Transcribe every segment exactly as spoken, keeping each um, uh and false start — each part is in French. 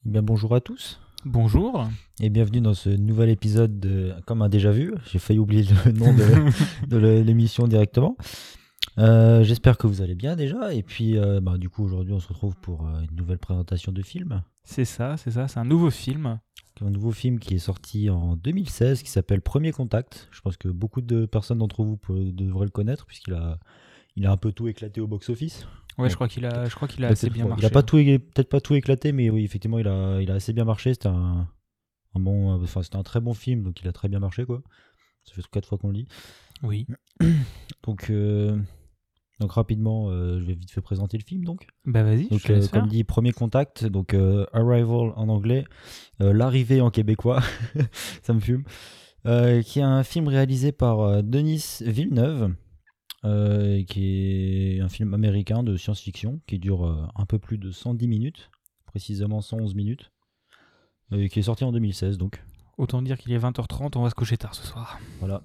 Eh bien, bonjour à tous Bonjour. et bienvenue dans ce nouvel épisode de Comme un déjà vu. J'ai failli oublier le nom de, de l'émission directement. Euh, j'espère que vous allez bien déjà. Et puis, euh, bah, du coup, aujourd'hui, on se retrouve pour euh, une nouvelle présentation de film. C'est ça, c'est ça, c'est un nouveau film. Un nouveau film qui est sorti en deux mille seize qui s'appelle Premier Contact. Je pense que beaucoup de personnes d'entre vous peut- devraient le connaître puisqu'il a, il a un peu tout éclaté au box-office. Ouais, Ouais. je crois qu'il a, je crois qu'il a Peut-être assez bien pas- marché. Il a pas tout, é- peut-être pas tout éclaté, mais oui, effectivement, il a, il a assez bien marché. C'était un, un bon, euh, enfin, c'était un très bon film, donc il a très bien marché, quoi. Ça fait quatre fois qu'on le dit. Oui. Donc, euh, donc rapidement, euh, je vais vite fait présenter le film, donc. Bah vas-y, Donc, je te laisse euh, comme faire. dit, Premier Contact, donc euh, Arrival en anglais, euh, l'arrivée en québécois, ça me fume, euh, qui est un film réalisé par euh, Denis Villeneuve, euh, qui est un film américain de science-fiction qui dure euh, un peu plus de cent dix minutes, précisément cent onze minutes, euh, qui est sorti en deux mille seize, donc Autant dire qu'il est vingt heures trente, on va se coucher tard ce soir. voilà.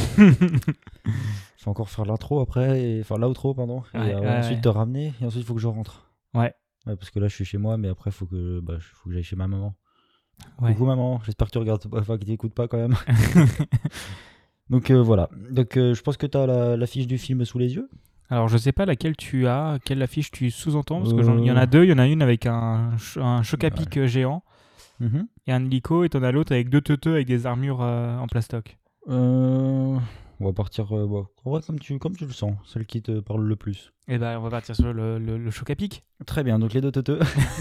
Faut encore faire l'intro après, et... enfin l'outro, pardon, et Ouais, euh, ouais, ensuite ouais. te ramener, et ensuite il faut que je rentre. Ouais. Ouais, parce que là je suis chez moi, mais après faut que, bah, faut que j'aille chez ma maman. Ouais. Coucou maman, j'espère que tu regardes, enfin que tu écoutes pas quand même. Donc euh, voilà, donc euh, je pense que tu as la, la fiche du film sous les yeux. Alors je sais pas laquelle tu as, quelle affiche tu sous-entends, parce que j'en- il y en Euh. a deux, il y en a une avec un, ch- un choc à pic euh, géant, Mhm. et un hélico, et t'en as l'autre avec deux teuteux avec des armures euh, en plastoc. Euh, On va partir, euh, bah, en vrai, comme tu, comme tu le sens, celle qui te parle le plus. Et ben on va partir sur le, le, le choc à pic. Très bien, donc les deux teuteux.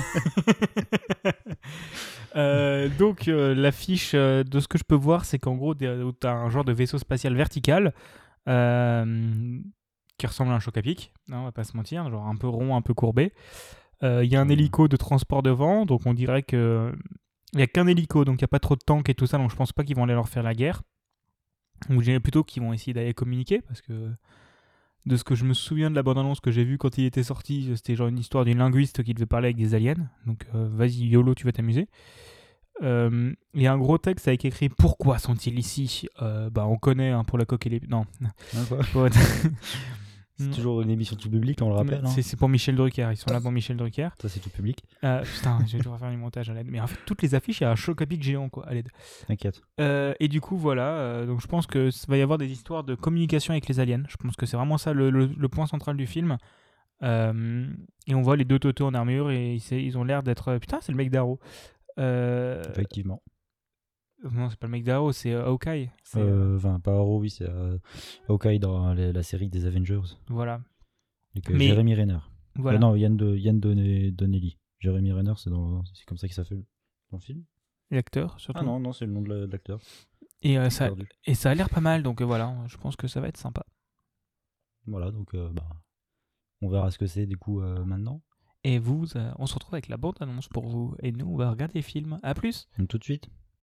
Euh, donc euh, l'affiche euh, de ce que je peux voir, c'est qu'en gros tu as un genre de vaisseau spatial vertical euh, qui ressemble à un choc à pic, hein, on va pas se mentir, genre un peu rond, un peu courbé. Il euh, y a un hélico de transport devant, donc on dirait que il y a qu'un hélico, donc il y a pas trop de tanks et tout ça, donc je pense pas qu'ils vont aller leur faire la guerre. Ou je dirais plutôt qu'ils vont essayer d'aller communiquer, parce que de ce que je me souviens de la bande-annonce que j'ai vue quand il était sorti, c'était genre une histoire d'une linguiste qui devait parler avec des aliens. Donc euh, vas-y YOLO, tu vas t'amuser. Euh, Il y a un gros texte avec écrit « Pourquoi sont-ils ici ?» euh, Bah on connaît hein, pour la coque et les... Non. Hein, quoi Pour- C'est toujours une émission tout public, on le rappelle. Hein. C'est c'est pour Michel Drucker, ils sont là pour Michel Drucker. Ça c'est tout public, Euh, putain, je vais devoir faire du montage à l'aide. Mais en fait, toutes les affiches, il y a un choc à pic géant quoi, à l'aide. t'inquiète. Euh, et du coup, voilà, euh, donc je pense que ça va y avoir des histoires de communication avec les aliens. Je pense que c'est vraiment ça le, le- le point central du film. Euh, et on voit les deux teuteux en armure et ils, ils ont l'air d'être... Putain, c'est le mec d'Arrow. Euh, Effectivement. Non, c'est pas le mec d'Arrow, c'est euh, Hawkeye. C'est, euh, Euh, Enfin, pas Arrow, oui, c'est euh, Hawkeye dans la, la série des Avengers. Voilà. Donc, euh, Mais- Jeremy Renner. voilà. Euh, non, Yann, de, Yann Donne- Donnelly. Jeremy Renner, c'est dans- c'est comme ça qu'il s'appelle dans le film. L'acteur, surtout. Ah non, non, c'est le nom de la- de l'acteur. Et, euh, ça, Perdu. et ça a l'air pas mal, donc euh, voilà, je pense que ça va être sympa. Voilà, donc euh, bah, on verra ce que c'est du coup euh, maintenant. Et vous, euh, on se retrouve avec la bande-annonce pour vous. Et nous, on va regarder les films. À plus. Donc tout de suite.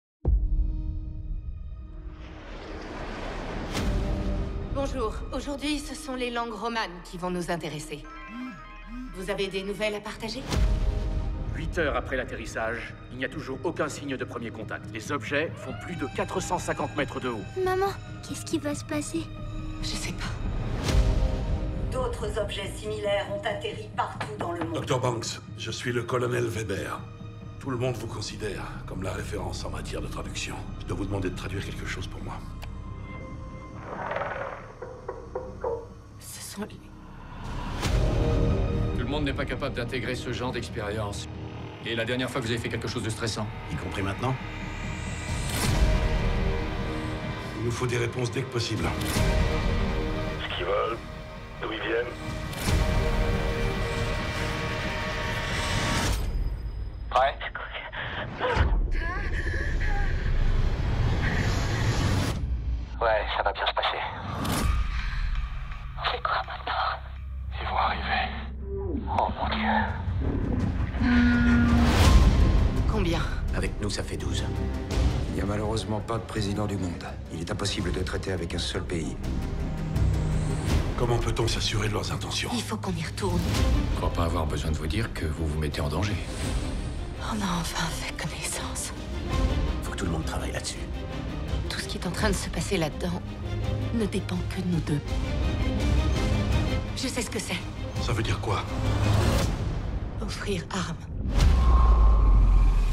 Bonjour, aujourd'hui ce sont les langues romanes qui vont nous intéresser. Vous avez des nouvelles à partager? Huit heures après l'atterrissage, il n'y a toujours aucun signe de premier contact. Les objets font plus de quatre cent cinquante mètres de haut. Maman, qu'est-ce qui va se passer? Je sais pas. D'autres objets similaires ont atterri partout dans le monde. Docteur Banks, je suis le colonel Weber. Tout le monde vous considère comme la référence en matière de traduction. Je dois vous demander de traduire quelque chose pour moi. Ce sont les... Tout le monde n'est pas capable d'intégrer ce genre d'expérience. Et la dernière fois que vous avez fait quelque chose de stressant? Y compris maintenant? Il nous faut des réponses dès que possible. Ce qu'ils veulent, d'où ils viennent. Prêt? Ouais, ça va bien se passer. C'est quoi maintenant? Ils vont arriver. Oh mon Dieu. Combien? Avec nous, ça fait douze. Il n'y a malheureusement pas de président du monde. Il est impossible de traiter avec un seul pays. Comment peut-on s'assurer de leurs intentions? Il faut qu'on y retourne. Je crois pas avoir besoin de vous dire que vous vous mettez en danger. On a enfin fait connaissance. Faut que tout le monde travaille là-dessus. Tout ce qui est en train de se passer là-dedans ne dépend que de nous deux. Je sais ce que c'est. Ça veut dire quoi? Offrir arme.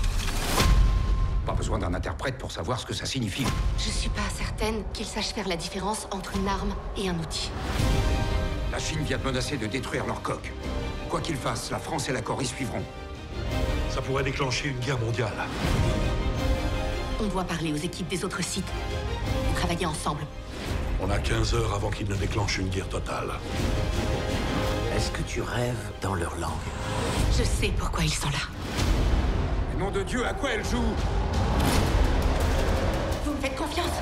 besoin d'un interprète pour savoir ce que ça signifie. Je suis pas certaine qu'il sache faire la différence entre une arme et un outil. La Chine vient de menacer de détruire leur coque. Quoi qu'il fasse, la France et la Corée suivront. Ça pourrait déclencher une guerre mondiale. On doit parler aux équipes des autres sites et travailler ensemble. On a quinze heures avant qu'ils ne déclenchent une guerre totale. Est-ce que tu rêves dans leur langue? Je sais pourquoi ils sont là. Nom de Dieu, à quoi elle joue? Vous me faites confiance?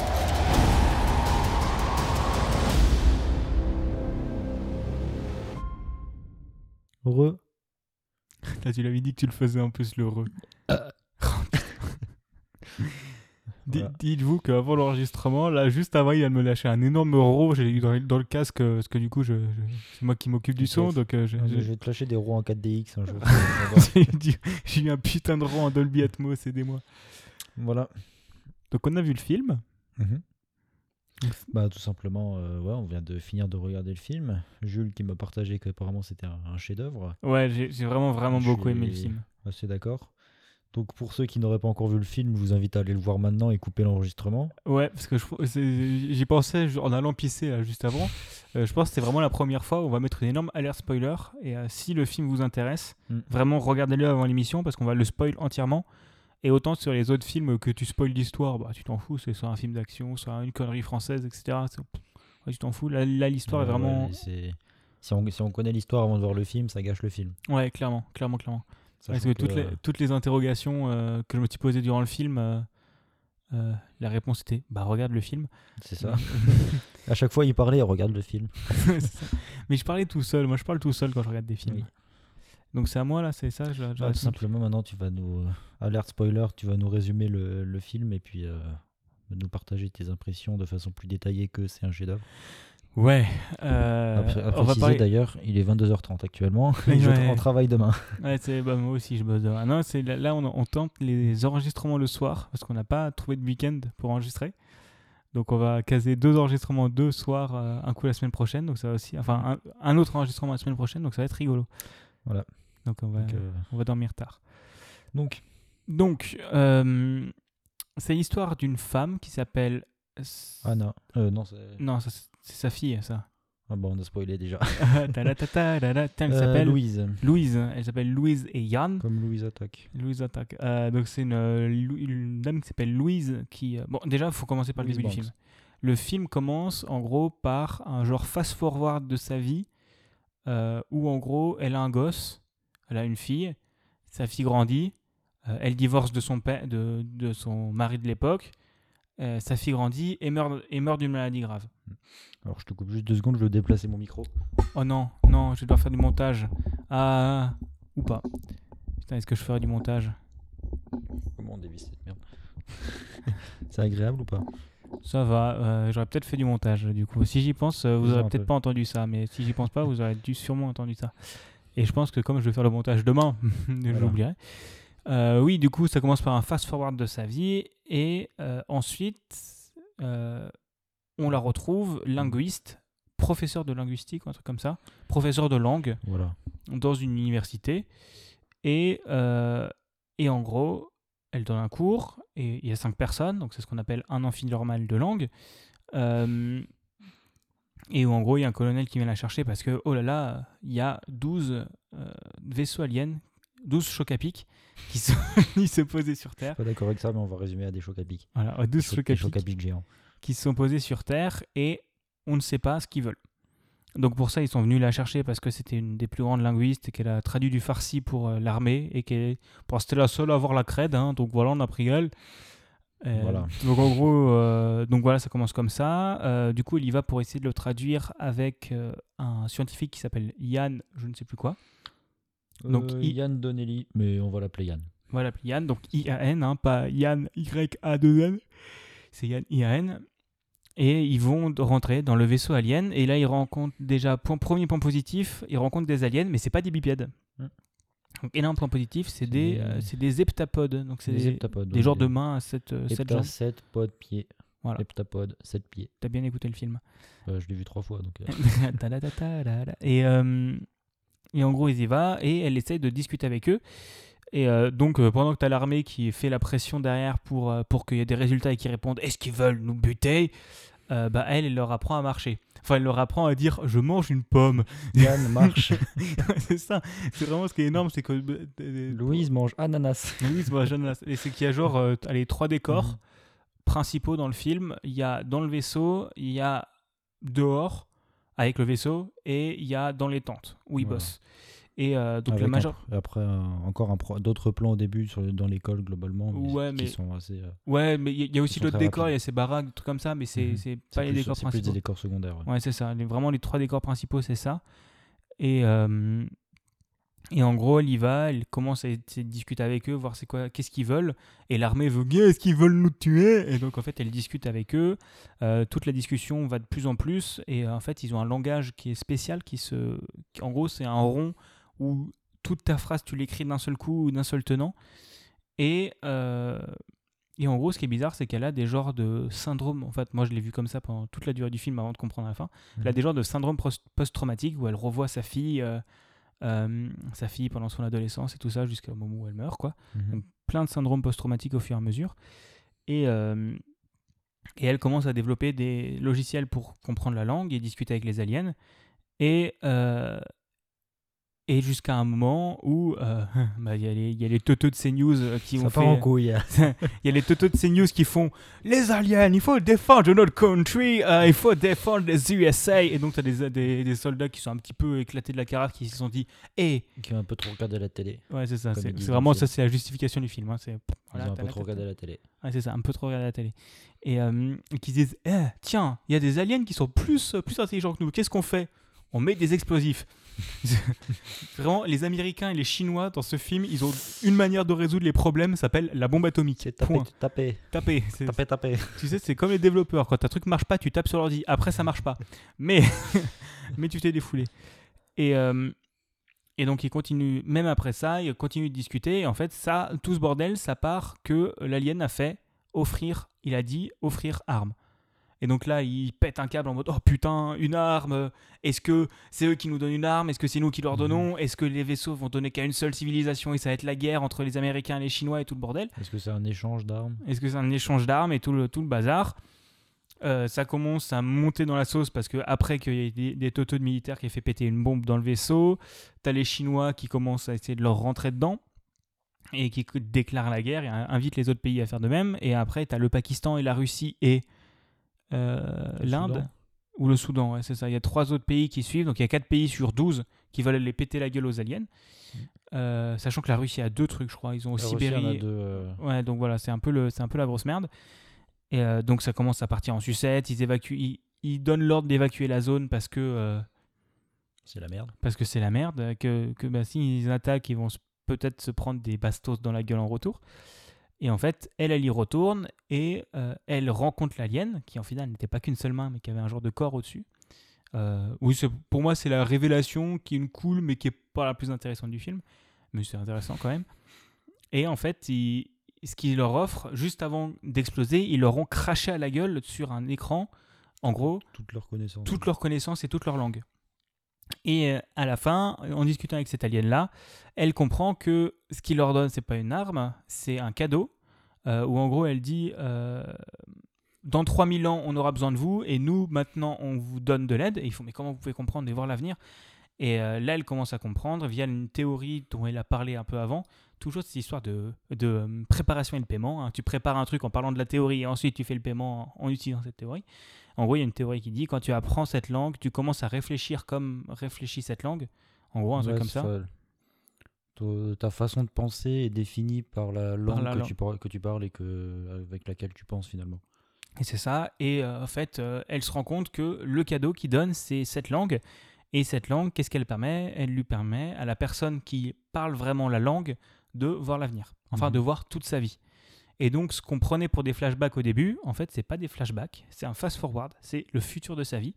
Re. Là, tu l'avais dit que tu le faisais en plus, le re. Euh. D- Voilà. Dites-vous qu'avant l'enregistrement, là, juste avant, il vient de me lâcher un énorme ro. J'ai eu dans, le- dans le casque, euh, parce que du coup, je, je- c'est moi qui m'occupe du Ok. son, donc euh, j'ai, Ah, mais j'ai- Je vais te lâcher des roues en quatre D X un jour. j'ai eu du- j'ai eu un putain de ro en Dolby Atmos, aidez-moi. Voilà. Donc, on a vu le film. Mhm. Bah tout simplement, euh, ouais, on vient de finir de regarder le film. Jules qui m'a partagé qu'apparemment c'était un, un chef-d'œuvre. Ouais, j'ai, j'ai vraiment, vraiment Je beaucoup suis aimé le film. Assez d'accord. Donc pour ceux qui n'auraient pas encore vu le film, je vous invite à aller le voir maintenant et couper l'enregistrement. Ouais, parce que je, c'est- j'y pensais en allant pisser là, juste avant. Euh, je pense que c'était vraiment la première fois où on va mettre une énorme alerte spoiler. Et euh, si le film vous intéresse, Mm. vraiment regardez-le avant l'émission parce qu'on va le spoil entièrement. Et autant sur les autres films que tu spoil l'histoire, bah tu t'en fous, c'est soit un film d'action, soit une connerie française, et cetera. C'est- ouais, tu t'en fous. Là, là, l'histoire Ouais, est vraiment. ouais, c'est- si, on, si on connaît l'histoire avant de voir le film, ça gâche le film. Ouais, clairement, clairement, clairement. Parce Sachant que toutes, que, les, euh, toutes les interrogations euh, que je me suis posées durant le film, euh, euh, la réponse était bah regarde le film. C'est ça. À chaque fois, il parlait, regarde le film. C'est ça. Mais je parlais tout seul. Moi, je parle tout seul quand je regarde des films. Oui. Donc c'est à moi là, c'est ça. Je, je- Bah, tout simplement, maintenant, tu vas nous. euh, alerte spoiler, tu vas nous résumer le, le film et puis euh, nous partager tes impressions de façon plus détaillée que c'est un chef-d'œuvre. Ouais. euh, À pré- à on va préciser parler. d'ailleurs, il est vingt-deux heures trente actuellement. Ouais. Je tra- on travaille demain. Ouais, c'est bah, moi aussi je bosse demain. Non, c'est là, là, on, on tente les enregistrements le soir parce qu'on n'a pas trouvé de week-end pour enregistrer. Donc on va caser deux enregistrements deux soirs, euh, un coup la semaine prochaine. Donc ça va aussi, enfin un, un autre enregistrement la semaine prochaine. Donc ça va être rigolo. Voilà. Donc on va, Donc, euh, on va dormir tard. donc Donc euh, c'est l'histoire d'une femme qui s'appelle. Anna. Euh, non, c'est. Non, ça, c'est c'est sa fille, ça. Ah bon, on a spoilé déjà. Ta-da-ta-ta-da-da. Elle Euh, s'appelle Louise. Louise. Elle s'appelle Louise et Yann. Comme Louise Attaque. Louise attaque. Euh, donc c'est une, euh, Lou- une dame qui s'appelle Louise qui. euh, Bon, déjà, il faut commencer par le Louise début du Banks. film. Le film commence en gros par un genre fast-forward de sa vie euh, où en gros elle a un gosse, elle a une fille, sa fille grandit, euh, elle divorce de son père, de, de son mari de l'époque, euh, sa fille grandit et meurt, et meurt d'une maladie grave. Alors je te coupe juste deux secondes, je veux déplacer mon micro. Oh non, non, je dois faire du montage. Ah, ou pas. Putain, est-ce que je ferai du montage? Comment on dévisse cette merde? C'est agréable ou pas? Ça va, euh, j'aurais peut-être fait du montage du coup. Si j'y pense, euh, vous Fais-en aurez un peut-être peu. pas entendu ça, mais si j'y pense pas, vous aurez dû sûrement entendu ça. Et je pense que comme je vais faire le montage demain, je Voilà. l'oublierai. Euh, oui, du coup, ça commence par un fast-forward de sa vie et euh, ensuite, euh, on la retrouve linguiste, professeur de linguistique ou un truc comme ça, professeur de langue Voilà. dans une université. Et, euh, et en gros, elle donne un cours et il y a cinq personnes, donc c'est ce qu'on appelle un amphi normal de langue. Euh, et où en gros, il y a un colonel qui vient la chercher parce que, oh là là, il y a douze euh, vaisseaux aliens, douze chocs à pic qui sont venus se poser sur Terre. Pas d'accord avec ça, mais on va résumer à des chocs à pic. Voilà, douze Des chocs- chocs des à chocs à pic pic géants. qui se sont posés sur Terre et on ne sait pas ce qu'ils veulent. Donc pour ça, ils sont venus la chercher parce que c'était une des plus grandes linguistes et qu'elle a traduit du farsi pour euh, l'armée et qu'elle bon, c'était la seule à avoir la crède. Hein, donc voilà, on a pris elle. Euh, Voilà. Donc en gros, euh, donc voilà, ça commence comme ça. Euh, du coup, il y va pour essayer de le traduire avec euh, un scientifique qui s'appelle Yann, je ne sais plus quoi. Donc, Euh, I- Yann Donnelly, mais on va l'appeler Yann. Voilà, Yann, donc I A N, hein, pas Yann Y A deux N. C'est Yann I A N. Et ils vont d- rentrer dans le vaisseau alien. Et là, ils rencontrent déjà, point, premier point positif, ils rencontrent des aliens, mais c'est pas des bipèdes. Mm. Donc, énorme point positif, c'est C'est des, des- euh, c'est des heptapodes. Donc, c'est Des des, heptapodes, des ouais, genres des- de mains à sept Hepta, jambes. sept pods, pieds. Voilà. Heptapode, sept pieds. T'as bien écouté le film. Euh, je l'ai vu trois fois, donc... euh, Ta-da-da-ta-da-da. Et, euh, et en gros, ils y vont et elle essaye de discuter avec eux. Et euh, donc, euh, pendant que tu as l'armée qui fait la pression derrière pour, euh, pour qu'il y ait des résultats et qui répondent « Est-ce qu'ils veulent nous buter ?» euh, bah, elle, elle leur apprend à marcher. Enfin, elle leur apprend à dire « Je mange une pomme. » Yann marche. C'est ça. C'est vraiment ce qui est énorme, c'est que... euh, Louise mange ananas. Louise mange ananas. Et c'est qu'il y a genre euh, allez, trois décors Mhm. principaux dans le film. Il y a dans le vaisseau, il y a dehors avec le vaisseau et il y a dans les tentes où ils Voilà. bossent. Et euh, donc Avec la majeure... un- après, euh, encore un pro- d'autres plans au début sur, dans l'école globalement, mais Ouais, qui mais- sont assez. euh, Ouais, mais il y, y a aussi sont d'autres très décors, il y a rapides. ces baraques, des trucs comme ça, mais c'est Mhm. c'est c'est pas les plus- décors c'est plus principaux. des décors secondaires. ouais. Ouais, c'est ça. Les- vraiment, les trois décors principaux, c'est ça. Et, euh, et en gros, elle y va, elle commence à essayer de discuter avec eux, voir c'est quoi, qu'est-ce qu'ils veulent. Et l'armée veut, est-ce qu'ils veulent nous tuer? Et donc, en fait, elle discute avec eux. Euh, toute la discussion va de plus en plus. Et euh, en fait, ils ont un langage qui est spécial, qui se, qui- en gros, c'est un rond où toute ta phrase, tu l'écris d'un seul coup ou d'un seul tenant. Et, euh, et en gros, ce qui est bizarre, c'est qu'elle a des genres de syndrome. En fait, moi, je l'ai vu comme ça pendant toute la durée du film avant de comprendre à la fin. Elle a Mhm. des genres de syndrome post- post-traumatique où elle revoit sa fille, euh, euh, sa fille pendant son adolescence et tout ça jusqu'au moment où elle meurt, quoi. Mhm. Donc, plein de syndromes post-traumatiques au fur et à mesure. Et, euh, et elle commence à développer des logiciels pour comprendre la langue et discuter avec les aliens. Et, euh, et jusqu'à un moment où euh, bah, il y a les- il y a les teuteux de CNews euh, qui Ça ont part fait... en couille. Il y a les teuteux de CNews qui font les aliens, il faut défendre notre country, euh, il faut défendre les U S A. Et donc, tu as des, des, des soldats qui sont un petit peu éclatés de la carafe qui se sont dit hé, Qui ont un peu trop regardé la télé. ouais, c'est ça, Comme c'est ils disent c'est dans le vraiment film. ça, c'est la justification du film. Hein, c'est, voilà, Ils ont un t'as peu la trop tête. regardé la télé. Ouais, c'est ça, un peu trop regarder la télé. Et euh, qui disent eh, tiens, il y a des aliens qui sont plus, plus intelligents que nous, qu'est-ce qu'on fait? On met des explosifs. Vraiment, les Américains et les Chinois dans ce film, ils ont une manière de résoudre les problèmes, ça s'appelle la bombe atomique. C'est taper, Point. taper, Taper. C'est- taper, taper. Tu sais, c'est comme les développeurs. Quand un truc marche pas, tu tapes sur l'ordi. Après, ça marche pas. Mais, mais tu t'es défoulé. Et, euh, et donc, il continue, même après ça, il continue de discuter. Et en fait, ça, tout ce bordel, ça part que l'alien a fait offrir, il a dit offrir arme. Et donc là, il pète un câble en mode oh putain, une arme. Est-ce que c'est eux qui nous donnent une arme? Est-ce que c'est nous qui leur donnons? Est-ce que les vaisseaux vont donner qu'à une seule civilisation et ça va être la guerre entre les Américains et les Chinois et tout le bordel? Est-ce que c'est un échange d'armes? Est-ce que c'est un échange d'armes et tout le, tout le bazar? Euh, ça commence à monter dans la sauce parce que après qu'il y ait des, des tauteux de militaires qui aient fait péter une bombe dans le vaisseau, t'as les Chinois qui commencent à essayer de leur rentrer dedans et qui déclarent la guerre et invitent les autres pays à faire de même. Et après, t'as le Pakistan et la Russie et euh, Le l'Inde Soudan. ou le Soudan, ouais, c'est ça. Il y a trois autres pays qui suivent, donc il y a quatre pays sur douze qui veulent aller péter la gueule aux aliens. Euh, sachant que la Russie a deux trucs, je crois. Ils ont au La Russie, Sibérie. en a deux, euh, Ouais, donc voilà, c'est un peu le, c'est un peu la grosse merde. Et euh, donc ça commence à partir en sucette. Ils évacuent, ils, ils donnent l'ordre d'évacuer la zone parce que euh, C'est la merde. parce que c'est la merde. Que que bah, s'ils attaquent, ils vont se- peut-être se prendre des bastos dans la gueule en retour. Et en fait, elle, elle y retourne et euh, elle rencontre l'alien qui en final n'était pas qu'une seule main, mais qui avait un genre de corps au-dessus. Euh, oui, c'est- pour moi, c'est la révélation qui est une cool, mais qui est pas la plus intéressante du film. Mais c'est intéressant quand même. Et en fait, il- ce qu'il leur offre, juste avant d'exploser, ils leur ont craché à la gueule sur un écran, en gros, Toute leur connaissance. toute leur connaissance et toute leur langue. Et euh, à la fin, en discutant avec cette alien-là, elle comprend que ce qu'il leur donne, c'est pas une arme, c'est un cadeau, euh, où en gros, elle dit euh, dans trois mille ans, on aura besoin de vous, et nous, maintenant, on vous donne de l'aide. Et ils font, mais comment vous pouvez comprendre et voir l'avenir? Et euh, là, elle commence à comprendre via une théorie dont elle a parlé un peu avant. Toujours cette histoire de, de euh, préparation et de paiement. Hein. Tu prépares un truc en parlant de la théorie et ensuite tu fais le paiement en, en utilisant cette théorie. En gros, il y a une théorie qui dit quand tu apprends cette langue, tu commences à réfléchir comme réfléchit cette langue. En gros, un truc Ouais, comme c'est ça. Ta- Ta façon de penser est définie par la langue, la que, langue. Tu par- que tu parles et que, avec laquelle tu penses finalement. Et c'est ça. Et euh, en fait, euh, elle se rend compte que le cadeau qu'il donne, c'est cette langue. Et cette langue, qu'est-ce qu'elle permet? Elle lui permet à la personne qui parle vraiment la langue de voir l'avenir. Enfin, Mhm. de voir toute sa vie. Et donc, ce qu'on prenait pour des flashbacks au début, en fait, c'est pas des flashbacks, c'est un fast-forward, c'est le futur de sa vie.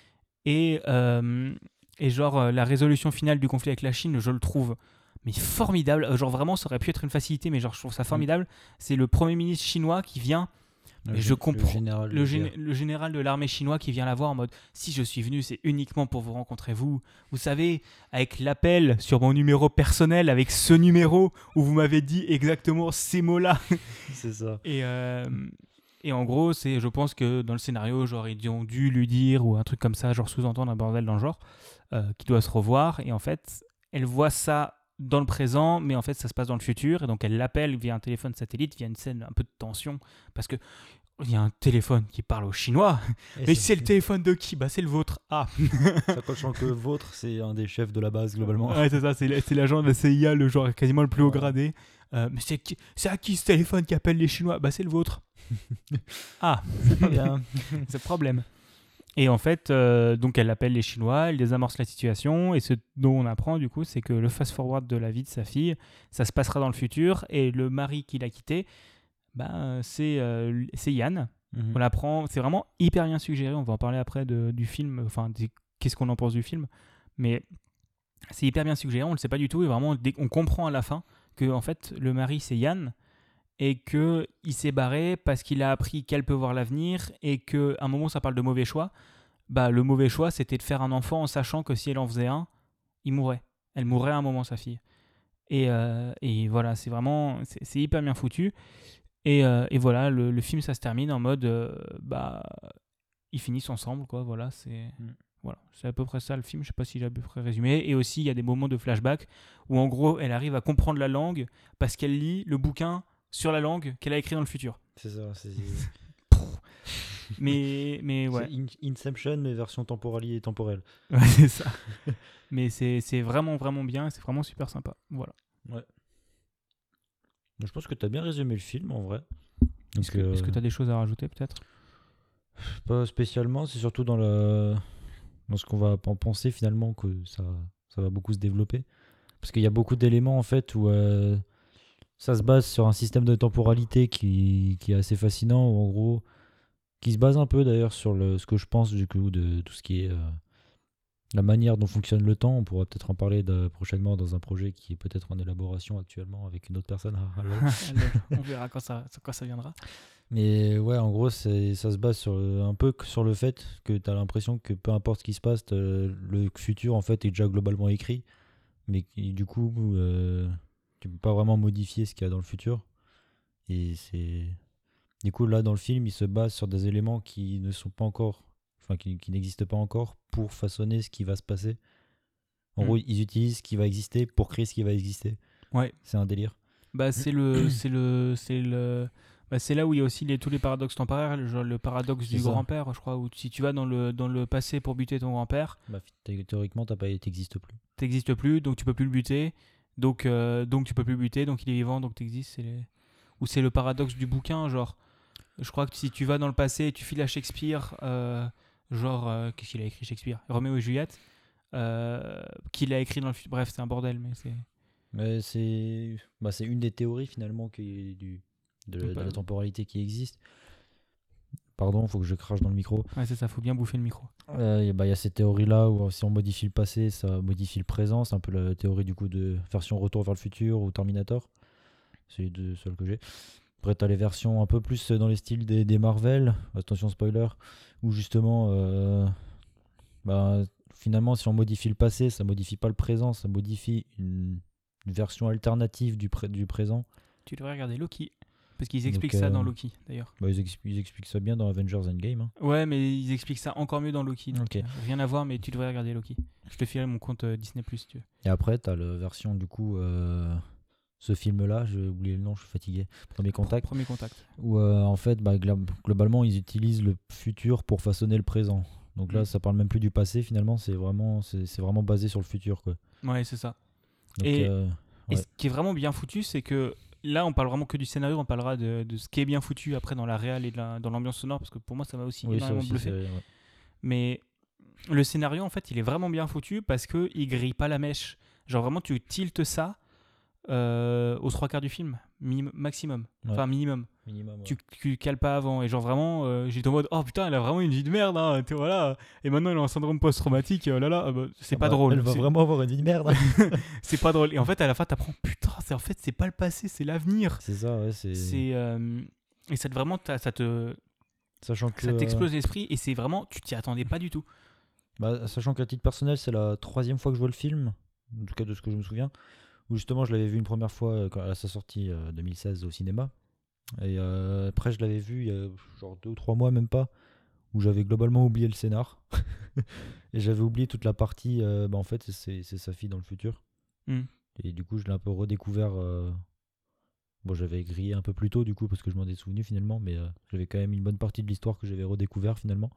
Et, euh, et genre, euh, la résolution finale du conflit avec la Chine, je le trouve mais formidable. Euh, Genre, vraiment, ça aurait pu être une facilité, mais genre, je trouve ça formidable. C'est le premier ministre chinois qui vient Le Et gé- je comprends le général. le, de gén- guerre. le général de l'armée chinoise qui vient la voir en mode si je suis venu, c'est uniquement pour vous rencontrer vous. Vous savez, avec l'appel sur mon numéro personnel, avec ce numéro où vous m'avez dit exactement ces mots-là. C'est ça. Et, euh, et en gros, c'est, je pense que dans le scénario, genre, ils ont dû lui dire, ou un truc comme ça, genre sous-entendre un bordel dans le genre, euh, qui doit se revoir. Et en fait, elle voit ça dans le présent, mais en fait, ça se passe dans le futur. Et donc, elle l'appelle via un téléphone satellite, via une scène un peu de tension, parce que il y a un téléphone qui parle au chinois. Et Mais ça- c'est le téléphone de qui ? Bah, c'est le vôtre. Ah Sachant que vôtre, c'est un des chefs de la base globalement. Ouais, c'est ça, c'est, l- c'est l'agent de la C I A, le genre quasiment le plus haut gradé. Euh, mais c'est, qui- c'est à qui ce téléphone qui appelle les Chinois ? Bah, c'est le vôtre. Ah, C'est pas bien. c'est le problème. Et en fait, euh, donc elle appelle les Chinois, elle désamorce la situation, et ce dont on apprend du coup, c'est que le fast-forward de la vie de sa fille, ça se passera dans le futur, et le mari qui l'a quitté, bah, c'est, euh, c'est Yann. Mhm. On l'apprend, c'est vraiment hyper bien suggéré, on va en parler après de, du film, enfin, des- qu'est-ce qu'on en pense du film, mais c'est hyper bien suggéré, on le sait pas du tout, et vraiment, dès- on comprend à la fin que en fait, le mari c'est Yann, et qu'il s'est barré parce qu'il a appris qu'elle peut voir l'avenir, et qu'à un moment ça parle de mauvais choix. Bah, le mauvais choix c'était de faire un enfant en sachant que si elle en faisait un, il mourrait. Elle mourrait à un moment, sa fille. Et, euh, et voilà, c'est vraiment, c'est, c'est hyper bien foutu. Et, euh, et voilà, le, le film ça se termine en mode, euh, bah, ils finissent ensemble, quoi. Voilà, c'est, Mm. voilà, c'est à peu près ça le film. Je sais pas si j'ai à peu près résumé. Et aussi, il y a des moments de flashback où en gros, elle arrive à comprendre la langue parce qu'elle lit le bouquin sur la langue qu'elle a écrit dans le futur. C'est ça. C'est Mais, mais ouais, c'est In- Inception, mais version temporelle et temporelle. ouais, c'est ça. Mais c'est, c'est vraiment, vraiment bien. Et c'est vraiment super sympa. Voilà. Je pense que tu as bien résumé le film en vrai. Donc, Est-ce que euh, est-ce que tu as des choses à rajouter peut-être ? Pas spécialement, c'est surtout dans, la... dans ce qu'on va en penser finalement que ça, ça va beaucoup se développer. Parce qu'il y a beaucoup d'éléments en fait où euh, ça se base sur un système de temporalité qui, qui est assez fascinant, où en gros, qui se base un peu d'ailleurs sur le, ce que je pense du coup de tout ce qui est euh, la manière dont fonctionne le temps. On pourra peut-être en parler de- prochainement dans un projet qui est peut-être en élaboration actuellement avec une autre personne. Ah, alors. On verra quand ça, quand ça viendra. Mais ouais, en gros, c'est, ça se base sur, le- un peu que sur le fait que tu as l'impression que peu importe ce qui se passe, t'as- le futur en fait est déjà globalement écrit, mais qui, du coup, euh, tu peux pas vraiment modifier ce qu'il y a dans le futur. Et c'est du coup là dans le film, il se base sur des éléments qui ne sont pas encore, enfin qui, qui n'existent pas encore pour façonner ce qui va se passer. En Mm. gros, ils utilisent ce qui va exister pour créer ce qui va exister. Ouais. C'est un délire. Bah, c'est le, c'est le, c'est le, bah, c'est là où il y a aussi les, tous les paradoxes temporaires, le, genre le paradoxe C'est du ça. grand-père, je crois, où si tu vas dans le, dans le passé pour buter ton grand-père, Bah, thé- théoriquement, t'as pas, t'existes plus. t'existes plus, donc tu peux plus le buter, donc, euh, donc tu peux plus le buter, donc il est vivant, donc t'existes. C'est les... Ou c'est le paradoxe du bouquin, genre, je crois que si tu vas dans le passé et tu files à Shakespeare, euh, genre, euh, qu'est-ce qu'il a écrit Shakespeare ? Roméo et Juliette, euh, qu'il a écrit dans le futur. Bref, c'est un bordel, mais c'est. Mais c'est bah, c'est une des théories finalement qui est du, de, de Bah. la temporalité qui existe. Pardon, faut que je crache dans le micro. Ouais, c'est ça, faut bien bouffer le micro. Euh, y a- bah, y a cette théorie-là où euh, si on modifie le passé, ça modifie le présent. C'est un peu la théorie du coup de version Retour vers le futur ou Terminator. C'est les deux seules que j'ai. Après, t'as les versions un peu plus dans les styles des, des Marvel. Attention, spoiler. Où justement, euh, bah, finalement, si on modifie le passé, ça modifie pas le présent, ça modifie une, une version alternative du, pré- du présent. Tu devrais regarder Loki. Parce qu'ils Donc, expliquent ça euh, dans Loki, d'ailleurs. Bah, ils, expli- ils expliquent ça bien dans Avengers Endgame. Hein. Ouais, mais ils expliquent ça encore mieux dans Loki. Donc Ok. euh, rien à voir, mais tu devrais regarder Loki. Je te filerai mon compte euh, Disney plus, si tu veux. Et après, t'as la version du coup, euh, ce film-là, j'ai oublié le nom, je suis fatigué. Premier contact. Premier contact. Où euh, en fait, bah, gla- globalement, ils utilisent le futur pour façonner le présent. Donc là, Mm. ça parle même plus du passé finalement, c'est vraiment, c'est, c'est vraiment basé sur le futur, quoi. Ouais, c'est ça. Donc, Et- euh, Et ouais. ce qui est vraiment bien foutu, c'est que là, on parle vraiment que du scénario, on parlera de, de ce qui est bien foutu après dans la réal et de la- dans l'ambiance sonore, parce que pour moi, ça m'a aussi Oui, ça énormément aussi, bluffé. c'est- ouais. Mais le scénario, en fait, il est vraiment bien foutu parce qu'il grille pas la mèche. Genre vraiment, tu tiltes ça euh, aux trois quarts du film, minim- maximum. Ouais. Enfin, minimum. Minimum, ouais. Tu, tu cales pas avant. Et genre vraiment, euh, j'étais en mode, oh putain, elle a vraiment une vie de merde. Hein, tu vois, voilà. Et maintenant, elle a un syndrome post-traumatique. Oh là là, ah bah, c'est Ah pas bah, drôle. Elle va C'est- vraiment avoir une vie de merde. c'est pas drôle. Et en fait, à la fin, t'apprends, putain, c'est, en fait, c'est pas le passé, c'est l'avenir. c'est ça, ouais. C'est... C'est, euh, et ça te vraiment, t'as- ça te, Sachant que ça t'explose l'esprit et c'est vraiment, tu t'y attendais pas du tout. Bah, sachant qu'à titre personnel, c'est la troisième fois que je vois le film, en tout cas de ce que je me souviens, où justement je l'avais vu une première fois euh, quand, à sa sortie euh, deux mille seize au cinéma. Et euh, après, je l'avais vu il y a genre deux ou trois mois, même pas, où j'avais globalement oublié le scénar. Et j'avais oublié toute la partie, euh, bah, en fait, c'est, c'est sa fille dans le futur. Mm. Et du coup, je l'ai un peu redécouvert. Euh... Bon, j'avais grillé un peu plus tôt, du coup, parce que je m'en ai souvenu finalement, mais euh, j'avais quand même une bonne partie de l'histoire que j'avais redécouvert finalement.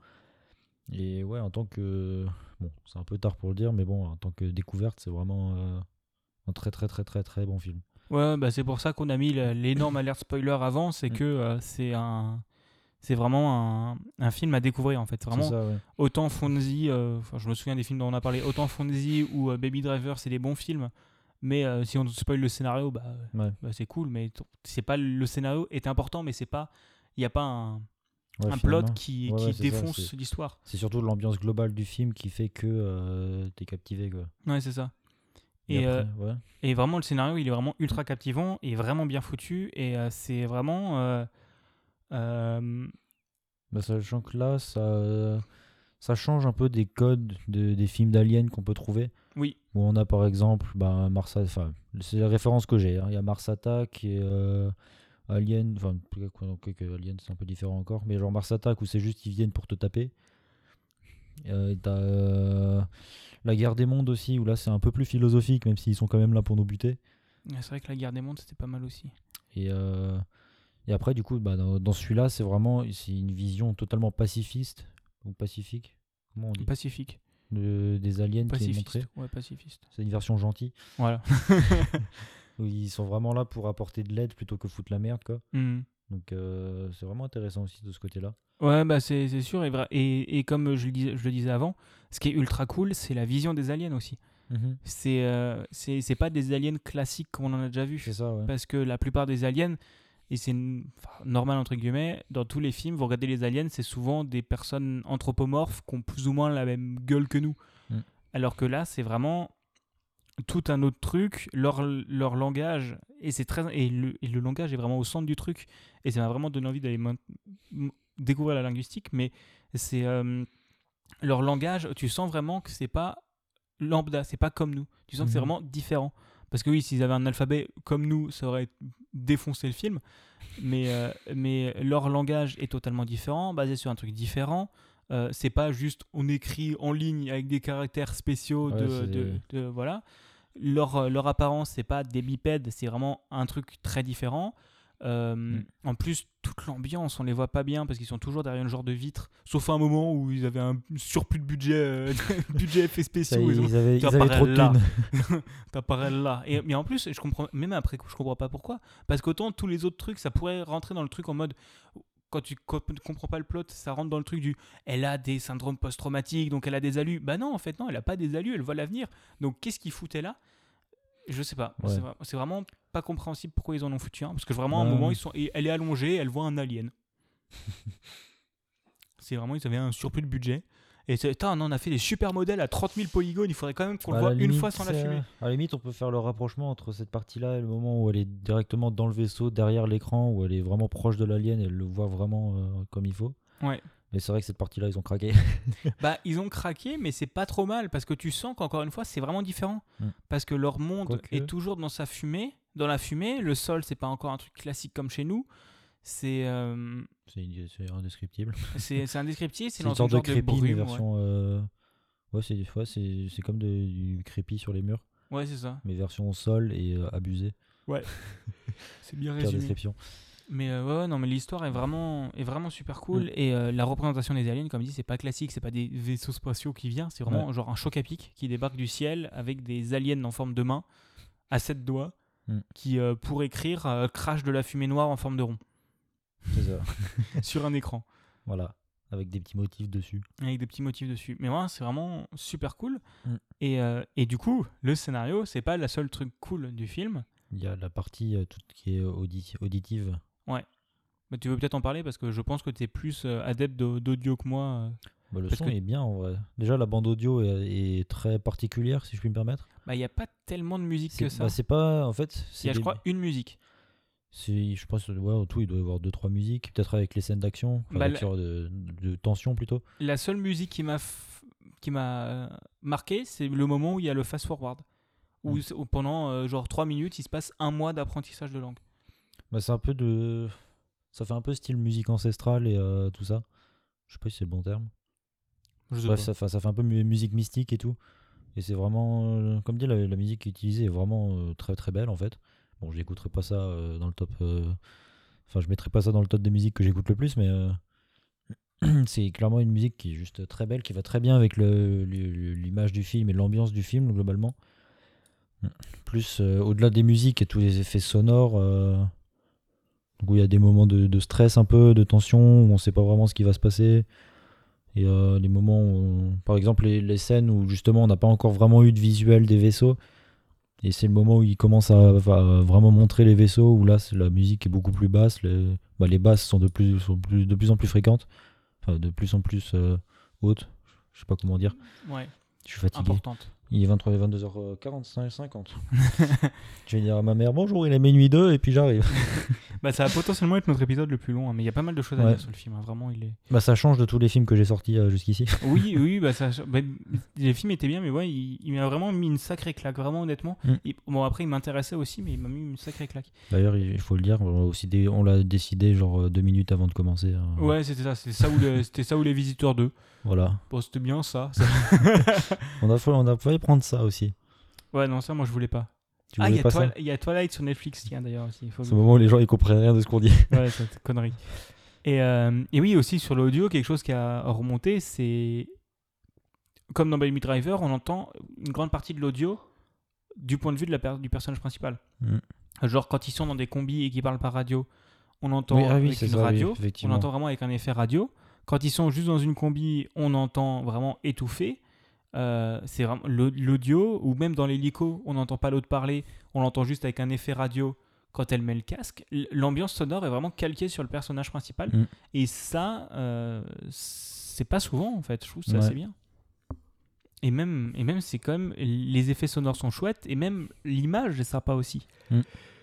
Et ouais, en tant que... Bon, c'est un peu tard pour le dire, mais bon, en tant que découverte, c'est vraiment euh, un très très très très très bon film. Ouais, bah c'est pour ça qu'on a mis l'énorme alerte spoiler avant, c'est Mm. que euh, c'est un... C'est vraiment un, un film à découvrir en fait. Vraiment, C'est ça, ouais. autant Fonzie, euh, enfin, je me souviens des films dont on a parlé, autant Fonzie ou euh, Baby Driver, c'est des bons films. Mais euh, si on spoil le scénario, bah, Ouais. bah, c'est cool. Mais t- c'est pas le scénario est important, mais c'est pas, il y a pas un, Ouais, un plot finalement. qui, Ouais, qui ouais, c'est ça, défonce c'est- l'histoire. C'est surtout l'ambiance globale du film qui fait que euh, t'es captivé, quoi. Ouais, c'est ça. Et, Et, après, euh, ouais. et vraiment, le scénario, il est vraiment ultra captivant et vraiment bien foutu. Et euh, c'est vraiment. euh, euh, Bah, sachant que là, ça, ça change un peu des codes de, des films d'aliens qu'on peut trouver. Oui. Où on a par exemple bah, Mars, enfin, c'est la référence que j'ai. hein. Il y a Mars Attack et euh, Alien, enfin, que, que Alien c'est un peu différent encore, mais genre Mars Attack où c'est juste ils viennent pour te taper. Euh, et t'as euh, La Guerre des Mondes aussi, où là c'est un peu plus philosophique, même s'ils sont quand même là pour nous buter. C'est vrai que La Guerre des Mondes, c'était pas mal aussi. Et, euh, et après, du coup, bah, dans, dans celui-là, c'est vraiment c'est une vision totalement pacifiste ou pacifique. Comment on dit Pacifique. de, des aliens qui est Pacifiste. montrée. Ouais, pacifiste. C'est une version gentille. Voilà. Où ils sont vraiment là pour apporter de l'aide plutôt que foutre la merde, quoi. Mm. Donc euh, c'est vraiment intéressant aussi de ce côté-là. Ouais, bah c'est c'est sûr. Et, vra- et, et comme je le, disais, je le disais avant, ce qui est ultra cool, c'est la vision des aliens aussi. Mhm. C'est euh, c'est c'est pas des aliens classiques comme on en a déjà vu. C'est ça, ouais. Parce que la plupart des aliens, et c'est n- enfin, normal entre guillemets, dans tous les films, vous regardez les aliens, c'est souvent des personnes anthropomorphes qui ont plus ou moins la même gueule que nous. Mm. Alors que là, c'est vraiment tout un autre truc, leur, leur langage, et, c'est très, et, le, et le langage est vraiment au centre du truc, et ça m'a vraiment donné envie d'aller mon- m- découvrir la linguistique, mais c'est euh, leur langage, tu sens vraiment que c'est pas lambda, c'est pas comme nous, tu sens que c'est Mhm. vraiment différent. Parce que oui, s'ils avaient un alphabet comme nous, ça aurait défoncé le film, mais, euh, mais leur langage est totalement différent, basé sur un truc différent. Euh, c'est pas juste on écrit en ligne avec des caractères spéciaux Ouais, de, c'est- de, de- voilà. Leur, euh, leur apparence, c'est pas des bipèdes, c'est vraiment un truc très différent. Euh, Mm. En plus, toute l'ambiance, on les voit pas bien parce qu'ils sont toujours derrière une genre de vitre, sauf à un moment où ils avaient un surplus de budget, euh, budget effets Ça, spéciaux. ils, ont- ils avaient, tu ils avaient apparais trop de là. thunes. T'apparais là. Et, mais en plus, je comprends, même après coup, je comprends pas pourquoi. Parce qu'autant tous les autres trucs, ça pourrait rentrer dans le truc en mode. Quand tu co- comprends pas le plot, ça rentre dans le truc du elle a des syndromes post-traumatiques, donc elle a des alus. Bah non, en fait, non, elle a pas des alus, elle voit l'avenir. Donc qu'est-ce qu'ils foutaient là? Je sais pas. Ouais. C'est, vra- c'est vraiment pas compréhensible pourquoi ils en ont foutu un. Parce que vraiment, à un Ouais. moment, ils sont, et elle est allongée, elle voit un alien. C'est vraiment, ils avaient un surplus de budget. Et c'est, Tain, on en a fait des super modèles à trente mille polygones, il faudrait quand même qu'on À le la voit une limite, fois sans la c'est- fumer. À la limite, on peut faire le rapprochement entre cette partie-là et le moment où elle est directement dans le vaisseau, derrière l'écran, où elle est vraiment proche de l'alien et elle le voit vraiment euh, comme il faut. Ouais. Mais c'est vrai que cette partie-là, ils ont craqué. Bah, ils ont craqué, mais c'est pas trop mal parce que tu sens qu'encore une fois, c'est vraiment différent. Mm. Parce que leur monde Quoique. est toujours dans sa fumée, dans la fumée. Le sol, c'est pas encore un truc classique comme chez nous. C'est euh, C'est une- c'est indescriptible. c'est c'est indescriptible, c'est C'est dans une sorte de genre de crépi, mais brume. Ouais, version. euh, Ouais, c'est ouais, c'est c'est comme de- du crépi sur les murs, Ouais, c'est ça. mais version au sol et euh, abusé. C'est bien Pire résumé. description. Mais euh, ouais, ouais, non, mais l'histoire est vraiment, est vraiment super cool. Mm. Et euh, la représentation des aliens, comme dit, c'est pas classique, c'est pas des vaisseaux spatiaux qui viennent, c'est vraiment Ouais. genre un choc à pic qui débarque du ciel avec des aliens en forme de main à sept doigts Mm. qui, euh, pour écrire, euh, crachent de la fumée noire en forme de rond C'est ça. sur un écran Voilà. Avec des petits motifs dessus. avec des petits motifs dessus. Mais ouais, c'est vraiment super cool. Mm. Et, euh, et du coup, le scénario, c'est pas la seule truc cool du film. Il y a la partie euh, toute qui est audi- auditive. Mais tu veux peut-être en parler parce que je pense que tu es plus euh, adepte d'au- d'audio que moi. euh. Bah, le Parce son que- est bien en vrai. Déjà, la bande audio est, est très particulière, si je puis me permettre. Bah, il n'y a pas tellement de musique C'est que ça. bah, c'est pas. En fait, Il y c'est a, je des- crois, une musique. C'est, je pense, ouais, au tout, il doit y avoir deux trois musiques, peut-être avec les scènes d'action, enfin, Bah, d'action, de, de, de tension plutôt. La seule musique qui m'a, f- qui m'a euh, marqué, c'est le moment où il y a le fast-forward. Où, Mm. c'est- où pendant euh, genre trois minutes, il se passe un mois d'apprentissage de langue. Bah, c'est un peu de. Ça fait un peu style musique ancestrale et euh, tout ça. Je sais pas si c'est le bon terme. Je sais Bref, pas. ça, fait- ça fait un peu mu- musique mystique et tout. Et c'est vraiment. euh, comme dit, la, la musique qui est utilisée est vraiment euh, très très belle en fait. Bon, j'écouterai pas ça euh, dans le top. euh, Enfin, je mettrai pas ça dans le top des musiques que j'écoute le plus, mais euh, c'est clairement une musique qui est juste très belle, qui va très bien avec le, le- l'image du film et l'ambiance du film globalement. Plus euh, au-delà des musiques et tous les effets sonores, euh, donc où il y a des moments de, de stress un peu, de tension, où on sait pas vraiment ce qui va se passer. Et euh, les moments où, on- par exemple, les, les scènes où justement on n'a pas encore vraiment eu de visuel des vaisseaux. Et c'est le moment où il commence à, à vraiment montrer les vaisseaux, où là c'est- la musique est beaucoup plus basse. Les, bah, les basses sont, de plus, sont plus, de plus en plus fréquentes, enfin de plus en plus euh, hautes. Je sais pas comment dire. Ouais, Je suis fatigué. importante. Il est vingt-trois vingt-deux heures quarante-cinq cinquante. Je vais dire à ma mère bonjour, il est minuit deux et puis j'arrive. Bah, ça va potentiellement être notre épisode le plus long, hein, mais il y a pas mal de choses à Ouais. dire sur le film. hein, Vraiment, il est. Bah ça change de tous les films que j'ai sortis euh, jusqu'ici. Oui, oui, bah ça. Bah, les films étaient bien, mais ouais, il, il m'a vraiment mis une sacrée claque, vraiment honnêtement. Mm. Et, bon, après, il m'intéressait aussi, mais il m'a mis une sacrée claque. D'ailleurs, il faut le dire, on l'a aussi dé- on l'a décidé genre euh, deux minutes avant de commencer. hein. Ouais, c'était ça, c'était ça ou le- c'était ça ou les Visiteurs deux. Voilà. Bon, c'était bien ça. ça. On a, fa- on a failli prendre ça aussi. Ouais, non, ça, moi, je voulais pas. Tu Ah, il voulais y, a pas Twi- ça il y a Twilight sur Netflix, tiens, d'ailleurs, aussi. Il faut... C'est le moment où les gens ils comprennent rien de ce qu'on dit. Ouais, cette connerie. Et, euh, et oui, aussi sur l'audio, quelque chose qui a remonté, c'est. Comme dans Baby Driver, on entend une grande partie de l'audio du point de vue de la per- du personnage principal. Mm. Genre, quand ils sont dans des combis et qu'ils parlent par radio, on entend Oui, ah oui, avec c'est une ça, oui, radio, on effectivement. entend vraiment avec un effet radio. Quand ils sont juste dans une combi, on entend vraiment étouffé. Euh, c'est vraiment l'au- l'audio, ou même dans l'hélico, on n'entend pas l'autre parler, on l'entend juste avec un effet radio quand elle met le casque. L- L'ambiance sonore est vraiment calquée sur le personnage principal. Mm. Et ça, euh, c'est pas souvent en fait. Je trouve ça Ouais. assez bien. Et même, et même c'est quand même les effets sonores sont chouettes et même l'image est sympa aussi. Mm.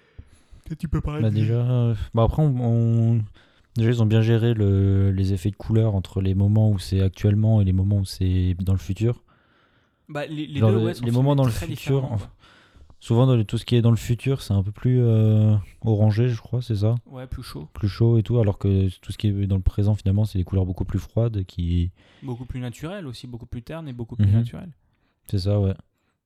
Tu peux parler Bah de- déjà, euh, bah après, on, on- déjà ils ont bien géré le- les effets de couleur entre les moments où c'est actuellement et les moments où c'est dans le futur. Bah, les, les Genre deux, le- ouais, sont les moments filmés dans le très futur, différemment, enfin, quoi. souvent dans le- tout ce qui est dans le futur, c'est un peu plus euh, orangé, je crois, c'est ça, Ouais, plus chaud, plus chaud et tout, alors que tout ce qui est dans le présent finalement, c'est des couleurs beaucoup plus froides qui, beaucoup plus naturel aussi, beaucoup plus terne et beaucoup plus Mhm. naturel. c'est ça, ouais.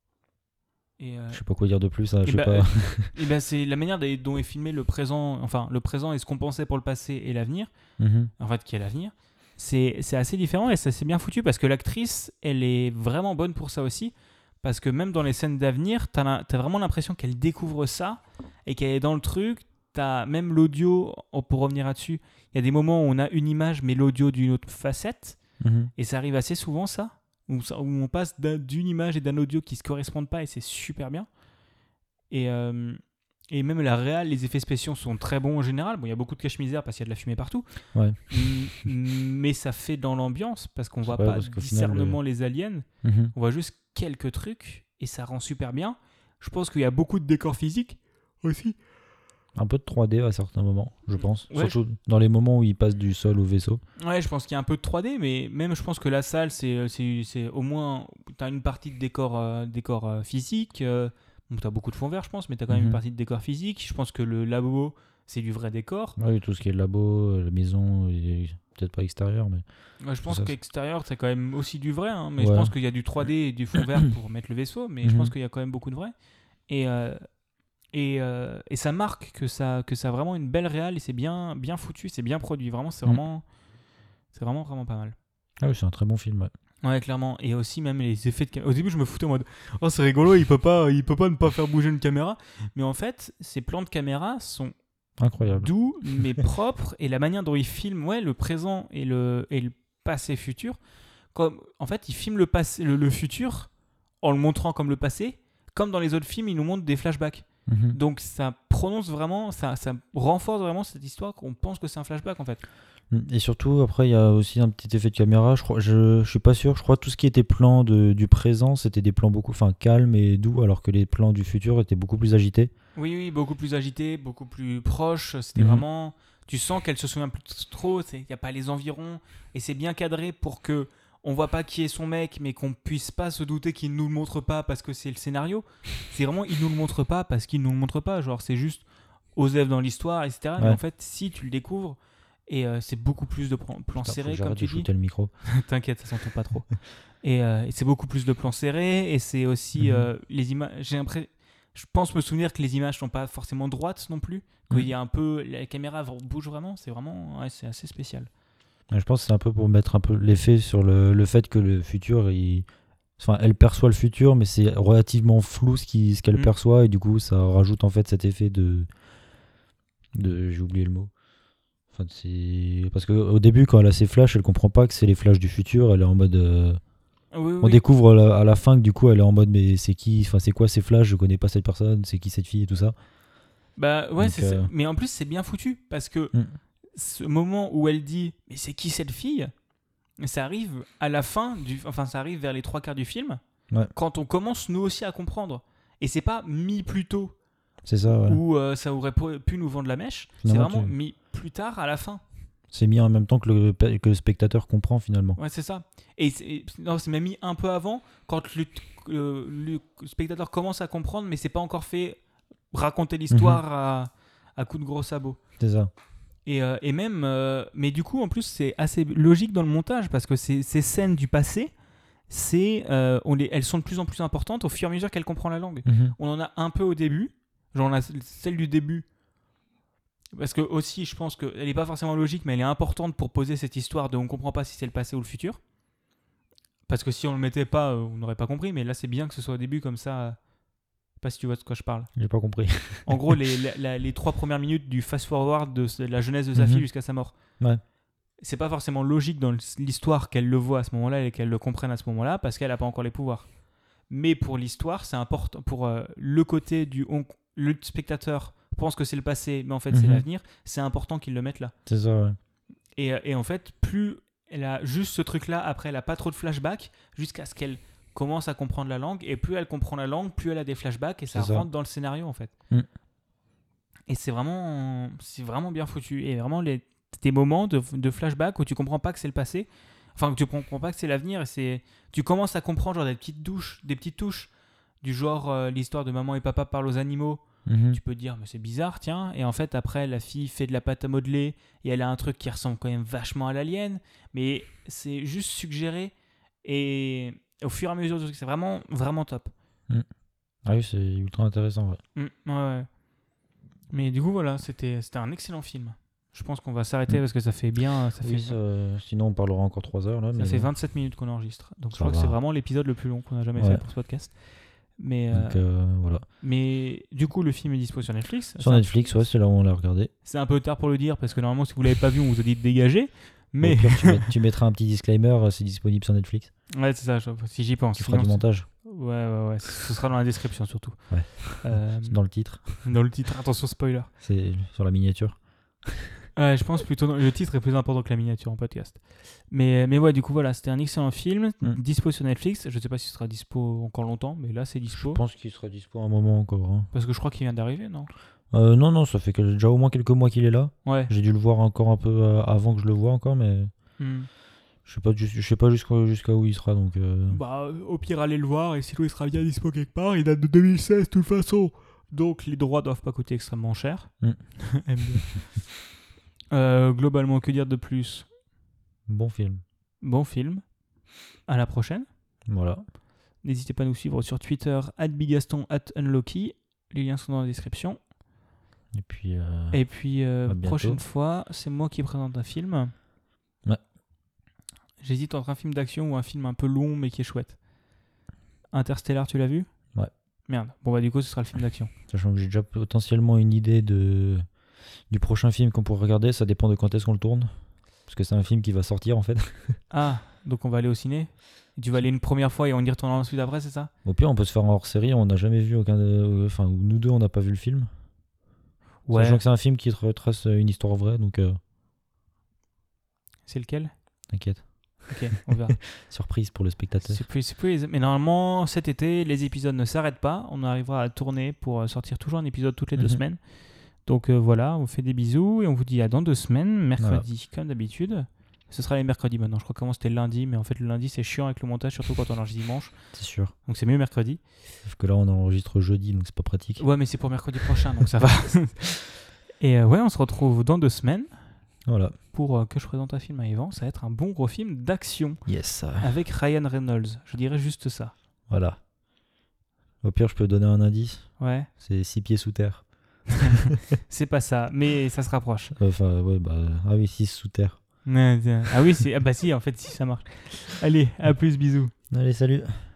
Et, euh, Je sais pas quoi dire de plus, hein, je et sais bah, pas. euh, et ben c'est la manière dont dont est filmé le présent, enfin le présent et ce qu'on pensait pour le passé et l'avenir, Mhm. en fait qui est l'avenir. C'est c'est assez différent et ça c'est bien foutu parce que l'actrice, elle est vraiment bonne pour ça aussi. Parce que même dans les scènes d'avenir, t'as, la- t'as vraiment l'impression qu'elle découvre ça et qu'elle est dans le truc. T'as même l'audio, oh, pour revenir là-dessus, il y a des moments où on a une image mais l'audio d'une autre facette. Mhm. Et ça arrive assez souvent ça, où, ça- où on passe d'un- d'une image et d'un audio qui se correspondent pas et c'est super bien. Et, euh, et même la réal, les effets spéciaux sont très bons en général. Bon, il y a beaucoup de cache-misère parce qu'il y a de la fumée partout. Ouais. M- mais ça fait dans l'ambiance parce qu'on voit Ouais, pas parce qu'au final, discernement les aliens. Mhm. On voit juste quelques trucs et ça rend super bien. Je pense qu'il y a beaucoup de décors physiques aussi. Un peu de trois D à certains moments, je pense. Ouais, Surtout dans les moments où il passe du sol au vaisseau. Ouais, je pense qu'il y a un peu de trois D, mais même je pense que la salle, c'est, c'est, c'est au moins. Tu as une partie de décor, euh, décor euh, physique. Euh, bon, tu as beaucoup de fond vert, je pense, mais tu as quand même Mhm. une partie de décor physique. Je pense que le labo, c'est du vrai décor. Oui, tout ce qui est labo, euh, la maison, et peut-être pas extérieur, mais. Ouais, je pense Ça, qu'extérieur, c'est quand même aussi du vrai, hein, mais je Ouais. pense qu'il y a du trois D et du fond vert pour mettre le vaisseau, mais je Mhm. pense qu'il y a quand même beaucoup de vrai. Et, euh, et, euh, et ça marque que ça, que ça a vraiment une belle réal et c'est bien, bien foutu, c'est bien produit. Vraiment, c'est Mhm. vraiment, c'est vraiment, vraiment pas mal. Ah oui, c'est un très bon film. Ouais. Ouais, clairement. Et aussi, même les effets de caméra. Au début, je me foutais en mode oh, c'est rigolo, il peut pas, il peut pas ne pas faire bouger une caméra. Mais en fait, ces plans de caméra sont Incroyable. doux, mais propres. Et la manière dont il filme ouais, le présent et le, et le passé futur. Comme, en fait, il filme le, passé, le, le futur en le montrant comme le passé. Comme dans les autres films, il nous montre des flashbacks. Mhm. Donc ça prononce vraiment, ça, ça renforce vraiment cette histoire qu'on pense que c'est un flashback en fait. Et surtout, après, il y a aussi un petit effet de caméra. Je crois, je, je suis pas sûr. Je crois que tout ce qui était plan de, du présent, c'était des plans beaucoup, enfin, calmes et doux, alors que les plans du futur étaient beaucoup plus agités. Oui, oui, beaucoup plus agité, beaucoup plus proche. C'était Mhm. vraiment. Tu sens qu'elle se souvient plus trop. Il n'y a pas les environs et c'est bien cadré pour que on voit pas qui est son mec, mais qu'on puisse pas se douter qu'il nous le montre pas parce que c'est le scénario. C'est vraiment il nous le montre pas parce qu'il nous le montre pas. Genre c'est juste Osef dans l'histoire, et cetera. Ouais. Mais en fait, si tu le découvres. Et euh, c'est beaucoup plus de plans, plans Putain, faut serrés, que comme j'arrête tu de dis. shooter le micro. T'inquiète, ça s'entend pas trop. Et, euh, et c'est beaucoup plus de plans serrés. Et c'est aussi Mhm. euh, les images. J'ai l'impression. Je pense me souvenir que les images sont pas forcément droites non plus. Qu'il Mhm. y a un peu. La caméra bouge vraiment. C'est vraiment. Ouais, c'est assez spécial. Ouais, je pense que c'est un peu pour mettre un peu l'effet sur le, le fait que le futur, il... enfin, elle perçoit le futur, mais c'est relativement flou ce qui- ce qu'elle Mhm. perçoit, et du coup, ça rajoute en fait cet effet de. de... J'ai oublié le mot. Enfin, c'est... Parce qu'au début, quand elle a ses flashs, elle comprend pas que c'est les flashs du futur. Elle est en mode. euh, Oui, On oui. découvre à la, à la fin que du coup, elle est en mode, mais c'est qui, enfin, c'est quoi ces flashs? Je connais pas cette personne. C'est qui cette fille et tout ça. Bah ouais, Donc, c'est ça. euh, Mais en plus, c'est bien foutu. Parce que Mm. ce moment où elle dit mais c'est qui cette fille, ça arrive à la fin du enfin ça arrive vers les trois quarts du film, Ouais. quand on commence nous aussi à comprendre, et c'est pas mis plus tôt C'est ça. Ouais. où euh, ça aurait pu pu nous vendre la mèche, c'est Finalement, vraiment tu- mis plus tard à la fin. C'est mis en même temps que le, que le spectateur comprend finalement. Ouais, c'est ça. Et c'est, non, c'est même mis un peu avant, quand le, euh, le spectateur commence à comprendre, mais c'est pas encore fait raconter l'histoire à, à coups de gros sabots. C'est ça. Et, euh, et même, euh, mais du coup, en plus, c'est assez logique dans le montage parce que ces, ces scènes du passé, c'est, euh, on les, elles sont de plus en plus importantes au fur et à mesure qu'elle comprend la langue. Mhm. On en a un peu au début, genre la, celle du début, parce que aussi, je pense qu'elle n'est pas forcément logique, mais elle est importante pour poser cette histoire de on comprend pas si c'est le passé ou le futur. Parce que si on le mettait pas, euh, on n'aurait pas compris, mais là, c'est bien que ce soit au début comme ça. euh, Je sais pas si tu vois de quoi je parle. J'ai pas compris. En gros, les, la- la- les trois premières minutes du fast-forward de, ce- de la jeunesse de sa fille Mhm. jusqu'à sa mort. Ouais. C'est pas forcément logique dans l'histoire qu'elle le voit à ce moment-là et qu'elle le comprenne à ce moment-là parce qu'elle a pas encore les pouvoirs. Mais pour l'histoire, c'est important. Pour euh, le côté du. On- le spectateur pense que c'est le passé, mais en fait c'est Mhm. l'avenir. C'est important qu'ils le mettent là. C'est ça. Ouais. Et, euh, et en fait, plus elle a juste ce truc-là, après elle a pas trop de flashbacks jusqu'à ce qu'elle commence à comprendre la langue. Et plus elle comprend la langue, plus elle a des flashbacks et ça, C'est ça. rentre dans le scénario en fait. Mm. Et c'est vraiment, c'est vraiment bien foutu. Et vraiment, les, des moments de, de flashback où tu comprends pas que c'est le passé, enfin que tu comprends pas que c'est l'avenir, et c'est, tu commences à comprendre genre des petites touches, des petites touches du genre euh, l'histoire de maman et papa parlent aux animaux. Mhm. Tu peux te dire mais c'est bizarre, tiens. Et en fait après la fille fait de la pâte à modeler et elle a un truc qui ressemble quand même vachement à l'alien, mais c'est juste suggéré et au fur et à mesure du truc, c'est vraiment vraiment top. Ah oui, c'est ultra intéressant. Ouais. Mm, ouais, ouais. Mais du coup, voilà, c'était, c'était un excellent film. Je pense qu'on va s'arrêter Mm. parce que ça fait bien. Ça, Oui, fait, ça- sinon on parlera encore trois heures là. ça mais fait bon. vingt-sept minutes qu'on enregistre. Donc je Ça crois que va. c'est vraiment l'épisode le plus long qu'on a jamais Ouais. fait pour ce podcast. Mais, euh, Donc euh, voilà. mais du coup, le film est dispo sur Netflix. Sur C'est un- Netflix, ouais, c'est là où on l'a regardé. C'est un peu tard pour le dire parce que normalement, si vous l'avez pas vu, on vous a dit de dégager. Mais Au pire, tu, met- tu mettras un petit disclaimer, euh, c'est disponible sur Netflix. ouais, c'est ça. je- Si j'y pense. Tu feras Sinon, du montage c'est- Ouais, ouais, ouais. Ce sera dans la description surtout. Ouais. Euh, dans le titre. dans le titre. Attention spoiler. C'est sur la miniature. Ouais, je pense plutôt dans- le titre est plus important que la miniature en podcast. Mais, mais ouais, du coup, voilà, c'était un excellent film, Mm. dispo sur Netflix. Je sais pas si ce sera dispo encore longtemps, mais là, c'est dispo. Je pense qu'il sera dispo un moment encore. hein. Parce que je crois qu'il vient d'arriver, non? Euh, non, non, ça fait que déjà au moins quelques mois qu'il est là. Ouais. J'ai dû le voir encore un peu euh, avant que je le voie encore, mais Mm. je sais pas, ju- je sais pas jusqu'à jusqu'à où il sera. Donc, euh, Bah, au pire, allez le voir, et sinon, il sera bien dispo quelque part. Il date de deux mille seize, de toute façon. Donc, les droits doivent pas coûter extrêmement cher. Mm. Aime bien. Euh, globalement, que dire de plus? bon film. Bon film. À la prochaine. Voilà. N'hésitez pas à nous suivre sur Twitter, at bigaston, at unlocky. Les liens sont dans la description. Et puis. euh, Et puis, euh, à bientôt. prochaine fois, c'est moi qui présente un film. Ouais. J'hésite entre un film d'action ou un film un peu long mais qui est chouette. Interstellar, tu l'as vu? Ouais. Merde. Bon, bah, du coup, ce sera le film d'action. Sachant que j'ai déjà potentiellement une idée de du prochain film qu'on pourrait regarder, ça dépend de quand est-ce qu'on le tourne. Parce que c'est un film qui va sortir en fait. Ah, Donc on va aller au ciné. Et tu vas aller une première fois et on y retourne ensuite après, c'est ça? Au pire, on peut se faire un hors-série. On n'a jamais vu aucun. De... Enfin, nous deux, on n'a pas vu le film. Ouais. Sachant que c'est un film qui retrace une histoire vraie, donc. Euh... C'est lequel? T'inquiète. Ok, on verra. Surprise pour le spectateur. Surprise, surprise. Mais normalement, cet été, les épisodes ne s'arrêtent pas. On arrivera à tourner pour sortir toujours un épisode toutes les deux Mhm. semaines. Donc euh, voilà, on vous fait des bisous et on vous dit à dans deux semaines, mercredi, comme d'habitude. Ce sera les mercredis maintenant. Je crois qu'avant c'était le lundi, mais en fait le lundi c'est chiant avec le montage, surtout quand on enregistre dimanche. C'est sûr. Donc c'est mieux mercredi. Sauf que là, on enregistre jeudi, donc c'est pas pratique. Ouais, mais c'est pour mercredi prochain, donc ça va. Et euh, ouais, on se retrouve dans deux semaines Voilà. pour euh, que je présente un film à Yvan. Ça va être un bon gros film d'action Yes. avec Ryan Reynolds. Je dirais juste ça. Voilà. Au pire, je peux donner un indice. Ouais, C'est six pieds sous terre. c'est pas ça, mais ça se rapproche. Enfin, ouais, bah. Ah oui, six sous terre. Ah oui, c'est... ah bah si, en fait, si ça marche. Allez, à plus, bisous. Allez, salut.